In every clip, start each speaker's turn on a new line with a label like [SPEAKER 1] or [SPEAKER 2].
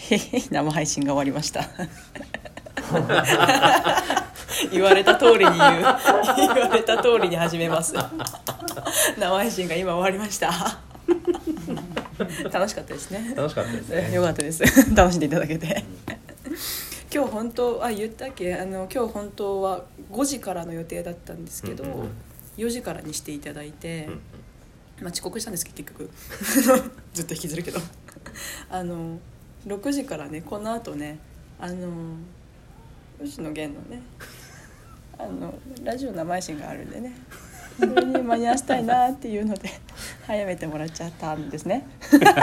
[SPEAKER 1] 生配信が終わりました言われた通りに言われた通りに始めます生配信が今終わりました楽しかったですね。
[SPEAKER 2] 楽しかったですね。
[SPEAKER 1] よかったです楽しんでいただけて今日本当言ったっけ、今日本当は5時からの予定だったんですけど、4時からにしていただいて、遅刻したんですけど結局ずっと引きずるけど6時からね、この後ね吉野源のねラジオ生配信があるんでね、それに間に合わせたいなっていうので早めてもらっちゃったんですね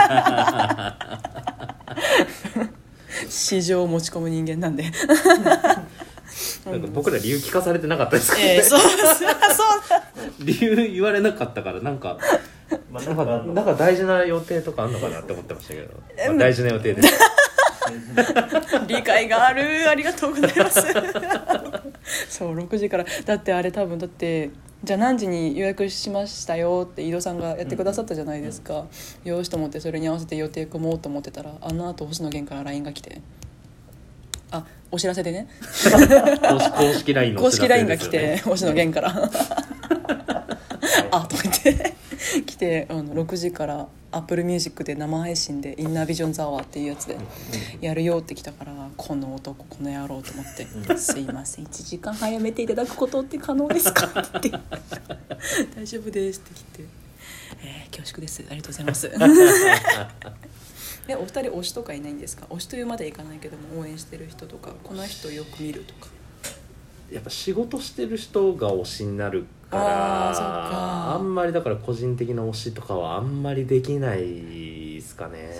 [SPEAKER 1] 市場を持ち込む人間なんで
[SPEAKER 2] なんか僕ら理由聞かされてなかったですかね、
[SPEAKER 1] そう
[SPEAKER 2] 理由言われなかったからなんか大事な予定とかあんのかなって思ってましたけど、大事な予定です
[SPEAKER 1] 理解がありがとうございますそう6時からだってあれ多分だってじゃあ何時に予約しましたよって井戸さんがやってくださったじゃないですか、よしと思ってそれに合わせて予定組もうと思ってたら、あの後星野源から LINE が来て、お知らせでね
[SPEAKER 2] 公式 LINE のお知らせですよね。公式
[SPEAKER 1] LINE が来て星野源からとか言って来て6時からApple Music で生配信でインナービジョンズアワーっていうやつでやるよって来たから、この男この野郎と思ってすいません1時間早めていただくことって可能ですかって大丈夫ですって来て、恐縮です、ありがとうございますお二人推しとかいないんですか？推しというまでいかないけども応援してる人とか、この人よく見るとか。
[SPEAKER 2] やっぱ仕事してる人が推しになるから
[SPEAKER 1] そっか、
[SPEAKER 2] あんまりだから個人的な推しとかはあんまりできないですかね。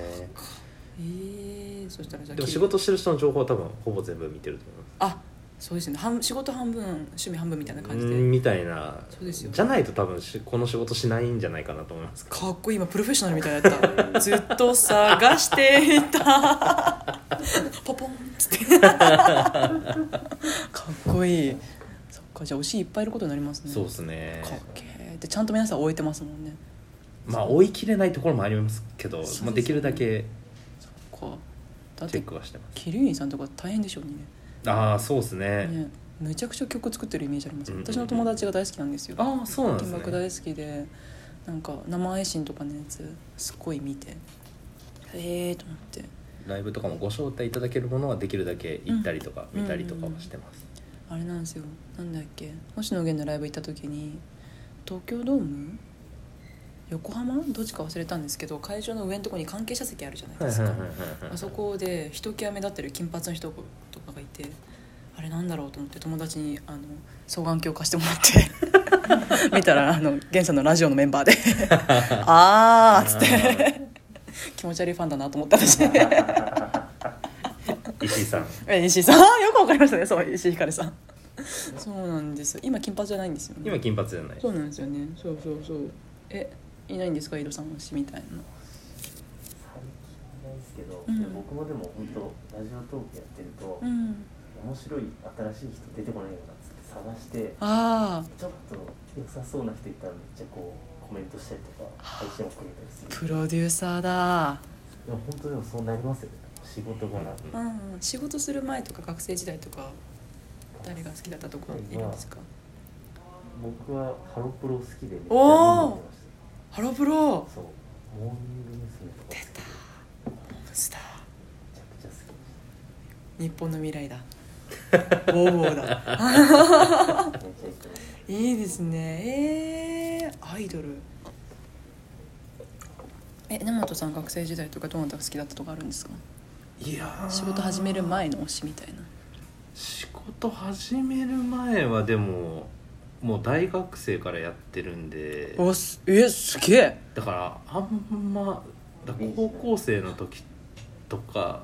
[SPEAKER 1] そしたらじゃあ
[SPEAKER 2] でも仕事してる人の情報は多分ほぼ全部見てると思います。
[SPEAKER 1] そうですね、仕事半分趣味半分みたいな感じで
[SPEAKER 2] みたいな。そうですよ、じゃないと多分この仕事しないんじゃないかなと思います。か
[SPEAKER 1] っこいい、今プロフェッショナルみたいだったずっと探していたポポンっつってかっこいい。そっか、じゃあ推しいっぱいいることになりますね。
[SPEAKER 2] そうですね。
[SPEAKER 1] かっけー。でちゃんと皆さん終えてますもんね。
[SPEAKER 2] 追い切れないところもありますけど、できるだけチェックはしてます。
[SPEAKER 1] 桐生さんとか大変でしょうね。
[SPEAKER 2] そうですね。
[SPEAKER 1] めちゃくちゃ曲作ってるイメージあります、私の友達が大好きなんですよ。
[SPEAKER 2] そうなんですね。
[SPEAKER 1] 金箔大好きで、なんか生配信とかのやつすごい見てと思って、
[SPEAKER 2] ライブとかもご招待いただけるものはできるだけ行ったりとか見たりとかはしてます。
[SPEAKER 1] あれなんですよ、なんだっけ、星野源のライブ行った時に東京ドーム横浜どっちか忘れたんですけど、会場の上のところに関係者席あるじゃないですか。あそこでひときわ目立ってる金髪の人とかがいて、あれなんだろうと思って友達に双眼鏡貸してもらって見たら源さんのラジオのメンバーであーっつって気持ち悪いファンだなと思った私
[SPEAKER 2] 石井さん
[SPEAKER 1] よくわかりましたね。そう、石井ひかるさんそうなんですよ、今金髪じゃないんですよね。
[SPEAKER 2] 今金髪じゃない。
[SPEAKER 1] そうなんですよね。そういないんですか、井戸さん推しみたいなの。
[SPEAKER 3] 最近いないですけど、僕もでも本当ラジオトークやってると、面白い新しい人出てこないよなっつって探して、ちょっと良さそうな人いたらめっちゃコメントしたりとか配信をくれたりする。
[SPEAKER 1] プロデューサーだ。
[SPEAKER 3] でも本当でもそうなりますよね、仕事柄。
[SPEAKER 1] 仕事する前とか学生時代とか誰が好きだったとかいるんですか？
[SPEAKER 3] 僕はハロプロ好きでめっちゃ見に行ってました。
[SPEAKER 1] ハロプロ。
[SPEAKER 3] そう、モーニング娘。とか
[SPEAKER 1] 出た、モブスター
[SPEAKER 3] めちゃくちゃ好きでした。
[SPEAKER 1] 日本の未来だボーボーだいいですね。アイドル。根本さん学生時代とかどなたが好きだったとかあるんですか？
[SPEAKER 2] いや、
[SPEAKER 1] 仕事始める前の推しみたいな。
[SPEAKER 2] 仕事始める前はでももう大学生からやってるんで、
[SPEAKER 1] すげえ。
[SPEAKER 2] だからあんま高校生の時とか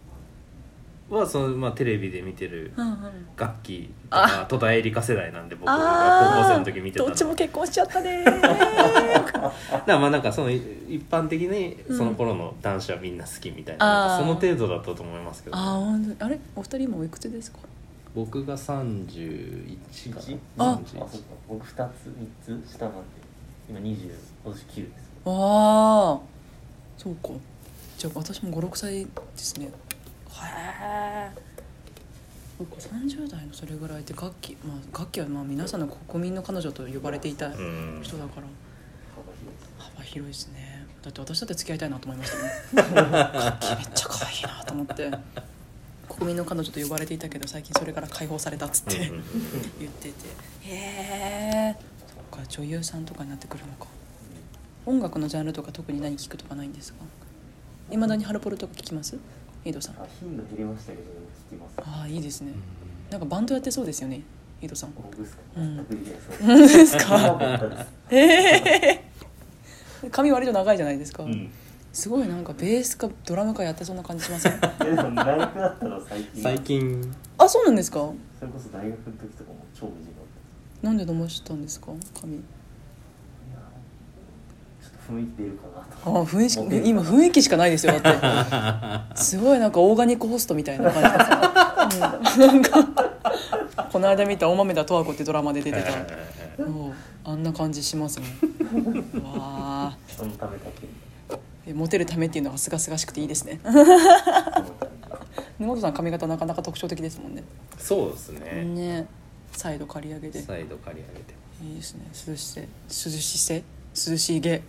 [SPEAKER 2] はテレビで見てる楽器とか戸田恵梨香世代なんで、僕が高校生の時見てたの。
[SPEAKER 1] どっちも結婚しちゃったね
[SPEAKER 2] だからなんかその一般的にその頃の男子はみんな好きみたいな、その程度だったと思いますけど、ね。
[SPEAKER 1] あれお二人もおいくつですか？
[SPEAKER 2] 僕が31かな。
[SPEAKER 3] そうか、僕2つ3つ下なんで今20、今年9です。
[SPEAKER 1] そうか。 じゃあ私も5、6歳ですね。へえ。30代のそれぐらいで楽器は皆さんの国民の彼女と呼ばれていた人だから幅広いですね。だって私だって付き合いたいなと思いましたね。楽器めっちゃ可愛いなと思って国民の彼女と呼ばれていたけど最近それから解放されたっつって言ってて、へえ、そっか、女優さんとかになってくるのか。音楽のジャンルとか特に何聞くとかないんですか？未だにハロプロとか聞きます？井戸さん。
[SPEAKER 3] 頻度減りましたけど聞きます。
[SPEAKER 1] ああ、いいですね。なんかバンドやってそうですよね、井戸さん。
[SPEAKER 3] 僕ですか？
[SPEAKER 1] 本当ですか？髪割と長いじゃないですか、すごいなんかベースかドラムかやってそうな感じしません？
[SPEAKER 3] でも大学だったの最近。
[SPEAKER 1] あ、そうなんですか？
[SPEAKER 3] それこそ大学の時とかも超短かった。
[SPEAKER 1] なんで伸ばしたんですか髪？
[SPEAKER 3] 雰囲気出るかなと。
[SPEAKER 1] 今雰囲気しかないですよ。だってすごいなんかオーガニックホストみたいな感じですよ、なんかこの間見た大豆田十和子ってドラマで出てたあんな感じしますね。わー、
[SPEAKER 3] そのためだけ
[SPEAKER 1] モテるためっていうのがすがすがしくていいですね。根本さん髪型なかなか特徴的ですもんね。
[SPEAKER 2] そうですね。
[SPEAKER 1] ね、サイド刈り上げで。
[SPEAKER 2] サイド刈り上げて。
[SPEAKER 1] いいですね。涼しげ。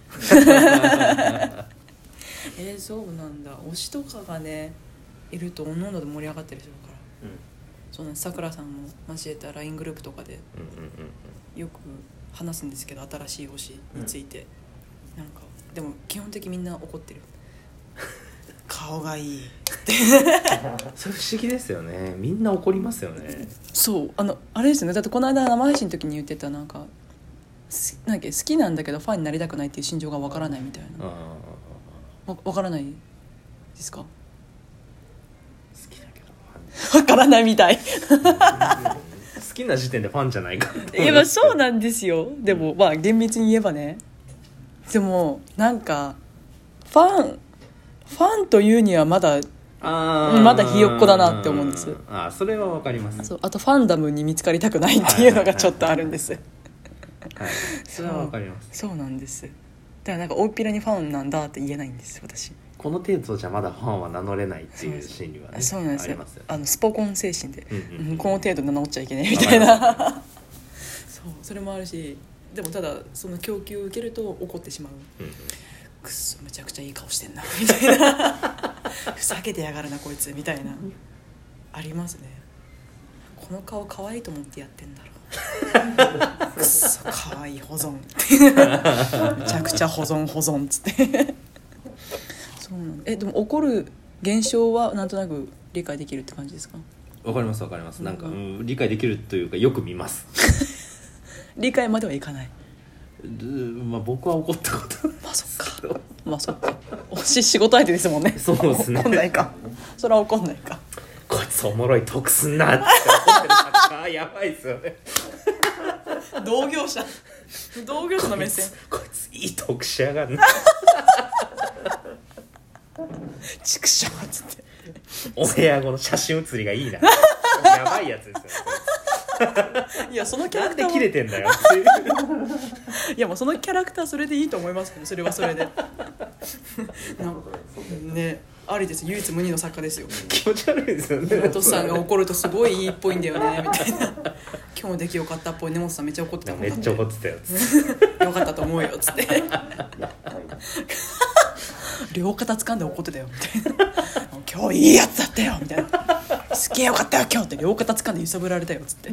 [SPEAKER 1] そうなんだ。推しとかがねいるとおのおので盛り上がってる人だから、そうなんです。さくらさんも交えた LINE グループとかでよく話すんですけど、新しい推しについて、なんかでも基本的にみんな怒ってる。顔がいいって
[SPEAKER 2] それ不思議ですよね。みんな怒りますよね。
[SPEAKER 1] そう、あれですよね。だってこの間生配信の時に言ってたなんか好きなんだけどファンになりたくないっていう心情がわからないみたいな。わからないですか？
[SPEAKER 2] 好きだけどファン
[SPEAKER 1] わからないみたい
[SPEAKER 2] 好きな時点でファンじゃないか
[SPEAKER 1] いや、そうなんですよ。でも厳密に言えばね。でもなんかファンというにはまだひよっこだなって思うんです。
[SPEAKER 2] それはわかります。
[SPEAKER 1] そう、あとファンダムに見つかりたくないっていうのがちょっとあるんです。
[SPEAKER 2] はい、それはわかります。
[SPEAKER 1] そうなんです。だからなんか大っぴらにファンなんだって言えないんです私。
[SPEAKER 2] この程度じゃまだファンは名乗れないっていう心理はね。
[SPEAKER 1] そうなんですよ。
[SPEAKER 2] ありますよね。
[SPEAKER 1] スポコン精神で、この程度名乗っちゃいけないみたいなそれもあるし、でもただその供給を受けると怒ってしまう、くっそめちゃくちゃいい顔してんなみたいなふざけてやがるなこいつみたいなありますね。この顔可愛いと思ってやってんだろうくっそ可愛い保存めちゃくちゃ保存っつってそうなの。でも怒る現象はなんとなく理解できるって感じですか？
[SPEAKER 2] わかりますわかります。なんか、理解できるというかよく見ます
[SPEAKER 1] 理解まではいかない。
[SPEAKER 2] 僕は怒ったこと
[SPEAKER 1] そっか仕事相手ですもんね。
[SPEAKER 2] そうですね。
[SPEAKER 1] 怒んないかそれは怒んないか。
[SPEAKER 2] こいつおもろい得すんなって思ってる方やばいですよね
[SPEAKER 1] 同業者の目線。
[SPEAKER 2] こいついい得しやがんな
[SPEAKER 1] 畜生っつって
[SPEAKER 2] お部屋後の写真写りがいいなやばいやつですよね
[SPEAKER 1] いやそのキャラクター
[SPEAKER 2] なんで切れてんだよっていう
[SPEAKER 1] いやもうそのキャラクターそれでいいと思いますけど、それはそれでね、ありです。唯一無二の作家ですよ。
[SPEAKER 2] 気持ち悪いですよね。
[SPEAKER 1] 根本さんが怒るとすごいいいっぽいんだよねみたいな今日も出来よかったっぽい。根本さんめっちゃ怒ってたもん。
[SPEAKER 2] めっちゃ怒ってたよ
[SPEAKER 1] よかったと思うよっつって両肩掴んで怒ってたよみたいな今日いいやつだったよみたいなすげえよかったよ今日って両肩掴んで揺さぶられたよっつって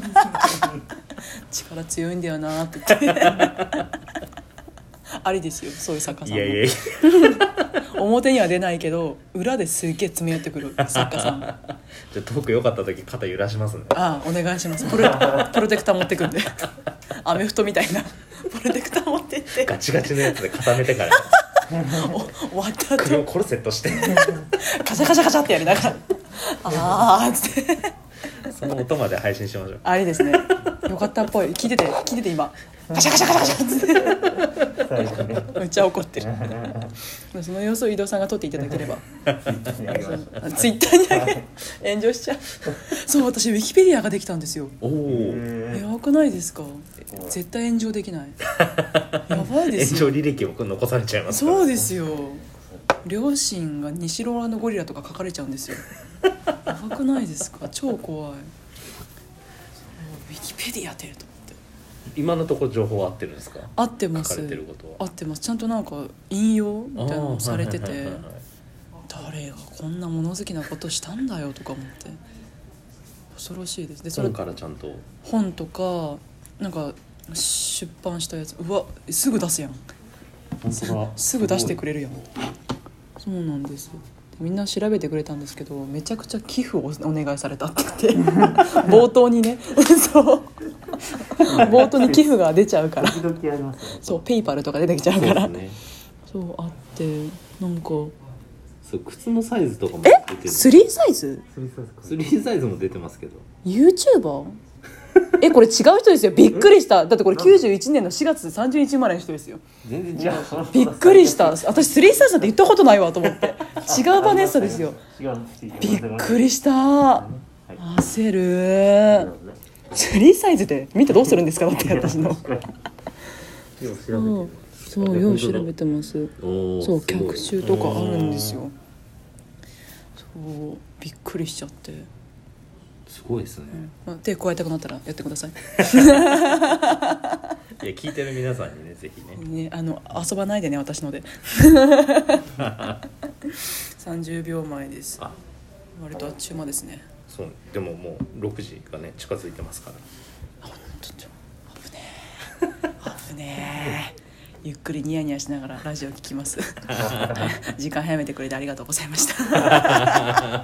[SPEAKER 1] 力強いんだよなって言ってありですよそういう作家さんも。
[SPEAKER 2] いや
[SPEAKER 1] 表には出ないけど裏ですげえ詰め寄ってくる作家さん。じゃあ
[SPEAKER 2] トーク良かった時肩揺らしますね。
[SPEAKER 1] お願いします。プロテクター持ってくんでアメフトみたいなプロテクター持ってって
[SPEAKER 2] ガチガチのやつで固めてから
[SPEAKER 1] 終わった後
[SPEAKER 2] 首をコルセットして
[SPEAKER 1] カシャカシャカシャってやりながらっつって
[SPEAKER 2] その音まで配信しましょう。
[SPEAKER 1] あれですね。よかったっぽい。聞いてて今カシャカシャカシャカシャってめっちゃ怒ってるその様子を井戸さんが撮っていただければツイッターにあげ炎上しちゃうそう、私ウィキペディアができたんですよ。
[SPEAKER 2] おお、
[SPEAKER 1] やばくないですか？絶対炎上できないやばいですよ。
[SPEAKER 2] 炎上履歴を残されちゃいますから。
[SPEAKER 1] そうですよ。 両親が西ローランドゴリラとか書かれちゃうんですよ。やばくないですか？超怖い。ウィキペディアってと思って。
[SPEAKER 2] 今のところ情報合ってるんですか？
[SPEAKER 1] 合ってます。
[SPEAKER 2] 書かれてることは
[SPEAKER 1] 合ってます。ちゃんとなんか引用みたいなのされてて、誰がこんな物好きなことしたんだよとか思って恐ろしいです。でそれ
[SPEAKER 2] 本からちゃんと
[SPEAKER 1] 本とかなんか出版したやつ、うわすぐ出すやん。
[SPEAKER 2] 本当だ。
[SPEAKER 1] すぐ出してくれるやん。そうなんです。みんな調べてくれたんですけど、めちゃくちゃ寄付をお願いされたって言って冒頭にねそう冒頭に寄付が出ちゃうから
[SPEAKER 3] 時々ありますね。
[SPEAKER 1] そうペイパルとか出てきちゃうから、
[SPEAKER 2] そうですね。
[SPEAKER 1] そうあってなんか
[SPEAKER 2] そう靴のサイズとかも出てる。
[SPEAKER 1] 3サイズ
[SPEAKER 2] 3サイズも出てますけど。
[SPEAKER 1] YouTuber？ これ違う人ですよ。びっくりした。だってこれ91年の4月30日生まれの人ですよ。
[SPEAKER 2] 全然違う。
[SPEAKER 1] びっくりした。私3サイズって言ったことないわと思って違うバネッサですよ。びっくりした。焦る。3サイズで見てどうするんですか？だって私のそうよう調べてます。そう客集とかあるんですよ。そうびっくりしちゃって。
[SPEAKER 2] すごいですね。
[SPEAKER 1] 手加えたくなったらやってください。
[SPEAKER 2] いや聞いてる皆さんにねぜひね。
[SPEAKER 1] 遊ばないでね私ので。30秒前です。割とあっちゅう間ですね。
[SPEAKER 2] そうでももう6時がね近づいてますから。
[SPEAKER 1] 危ねえ。ゆっくりニヤニヤしながらラジオ聞きます。時間早めてくれてありがとうございました。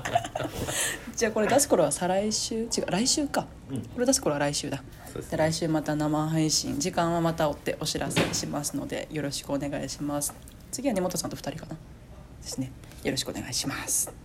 [SPEAKER 1] じゃあこれ出す頃は再来週？違う来週か、これ出す頃は来週だ。で来週また生配信、時間はまた追ってお知らせしますのでよろしくお願いします。次は根本さんと2人かなですね。よろしくお願いします。